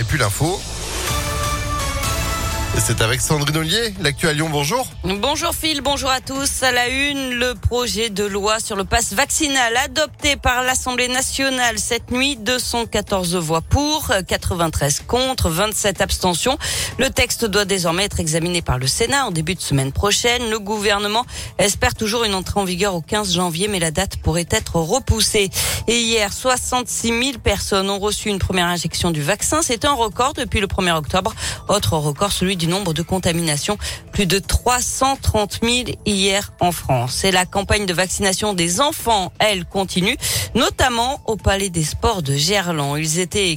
Et puis l'info. Et c'est avec Sandrine Ollier, l'actu à Lyon, bonjour. Bonjour Phil, bonjour à tous. À la une, le projet de loi sur le pass vaccinal adopté par l'Assemblée nationale cette nuit. 214 voix pour, 93 contre, 27 abstentions. Le texte doit désormais être examiné par le Sénat en début de semaine prochaine. Le gouvernement espère toujours une entrée en vigueur au 15 janvier, mais la date pourrait être repoussée. Et hier, 66 000 personnes ont reçu une première injection du vaccin. C'est un record depuis le 1er octobre. Autre record, celui du nombre de contaminations, plus de 330 000 hier en France. Et la campagne de vaccination des enfants, elle, continue, notamment au Palais des Sports de Gerland. Ils étaient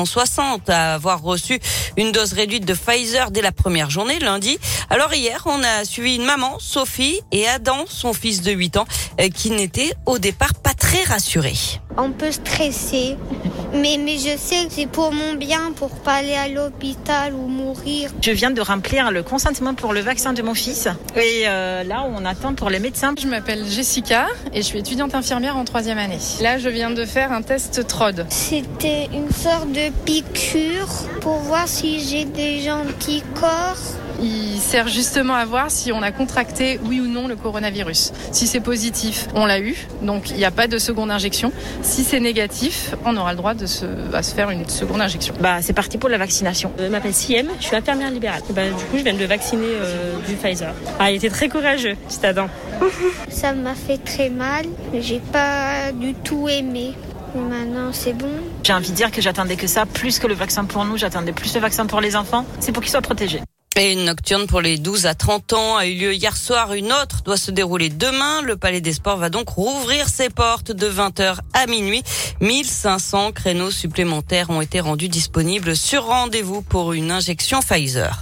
460 à avoir reçu une dose réduite de Pfizer dès la première journée, lundi. Alors hier, on a suivi une maman, Sophie, et Adam, son fils de 8 ans, qui n'étaient au départ pas très rassurés. Un peu stressé, mais je sais que c'est pour mon bien, pour pas aller à l'hôpital ou mourir. Je viens de remplir le consentement pour le vaccin de mon fils et là on attend pour les médecins. Je m'appelle Jessica et je suis étudiante infirmière en 3e année. Là je viens de faire un test TROD. C'était une sorte de piqûre pour voir si j'ai des anticorps. Il sert justement à voir si on a contracté oui ou non le coronavirus. Si c'est positif, on l'a eu, donc il n'y a pas de seconde injection. Si c'est négatif, on aura le droit de se faire une seconde injection. C'est parti pour la vaccination. Je m'appelle Siem, je suis infirmière libérale. Du coup je viens de le vacciner du Pfizer. Il était très courageux, petit Adam. Ça m'a fait très mal, mais j'ai pas du tout aimé. Et maintenant c'est bon. J'ai envie de dire que j'attendais que ça, plus que le vaccin pour nous, j'attendais plus le vaccin pour les enfants. C'est pour qu'ils soient protégés. Et une nocturne pour les 12 à 30 ans a eu lieu hier soir. Une autre doit se dérouler demain. Le Palais des Sports va donc rouvrir ses portes de 20h à minuit. 1500 créneaux supplémentaires ont été rendus disponibles sur rendez-vous pour une injection Pfizer.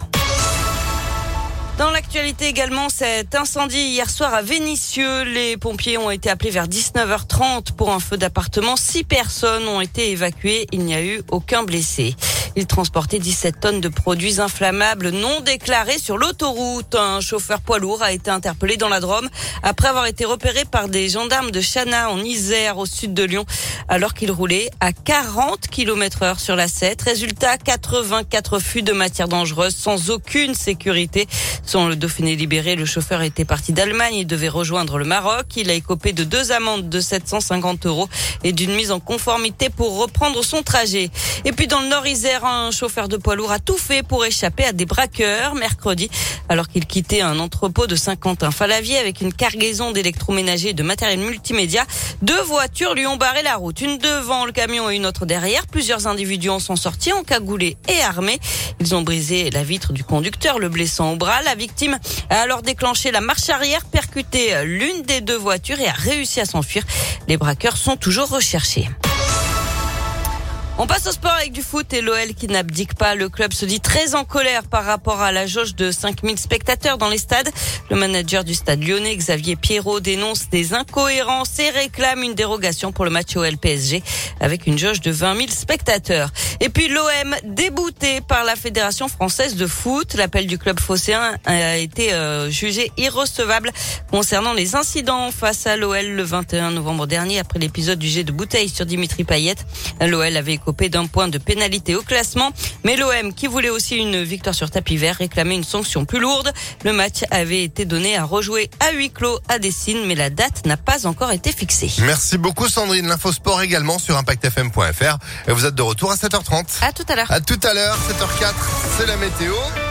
Dans l'actualité également, cet incendie hier soir à Vénissieux. Les pompiers ont été appelés vers 19h30 pour un feu d'appartement. 6 personnes ont été évacuées. Il n'y a eu aucun blessé. Ils transportaient 17 tonnes de produits inflammables non déclarés sur l'autoroute. Un chauffeur poids lourd a été interpellé dans la Drôme après avoir été repéré par des gendarmes de Chana en Isère au sud de Lyon alors qu'il roulait à 40 km/h sur la 7. Résultat, 84 fûts de matière dangereuse sans aucune sécurité. Selon le Dauphiné libéré, le chauffeur était parti d'Allemagne et devait rejoindre le Maroc. Il a écopé de 2 amendes de 750 € et d'une mise en conformité pour reprendre son trajet. Et puis dans le Nord-Isère, un chauffeur de poids lourd a tout fait pour échapper à des braqueurs mercredi alors qu'il quittait un entrepôt de Saint-Quentin-Fallavier avec une cargaison d'électroménager et de matériel multimédia. 2 voitures lui ont barré la route, une devant le camion et une autre derrière. Plusieurs individus en sont sortis encagoulés et armés. Ils ont brisé la vitre du conducteur, le blessant au bras. La victime a alors déclenché la marche arrière, percuté l'une des 2 voitures et a réussi à s'enfuir. Les braqueurs sont toujours recherchés. On passe au sport avec du foot et l'OL qui n'abdique pas. Le club se dit très en colère par rapport à la jauge de 5000 spectateurs dans les stades. Le manager du stade lyonnais, Xavier Pierrot, dénonce des incohérences et réclame une dérogation pour le match OL-PSG avec une jauge de 20 000 spectateurs. Et puis l'OM débouté par la Fédération française de foot. L'appel du club phocéen a été jugé irrecevable concernant les incidents face à l'OL le 21 novembre dernier après l'épisode du jet de bouteille sur Dimitri Payet. L'OL avait copé d'un point de pénalité au classement. Mais l'OM, qui voulait aussi une victoire sur tapis vert, réclamait une sanction plus lourde. Le match avait été donné à rejouer à huis clos à Dessine, mais la date n'a pas encore été fixée. Merci beaucoup Sandrine. L'info sport également sur ImpactFM.fr. Et vous êtes de retour à 7h30. À tout à l'heure. À tout à l'heure, 7h04, c'est la météo.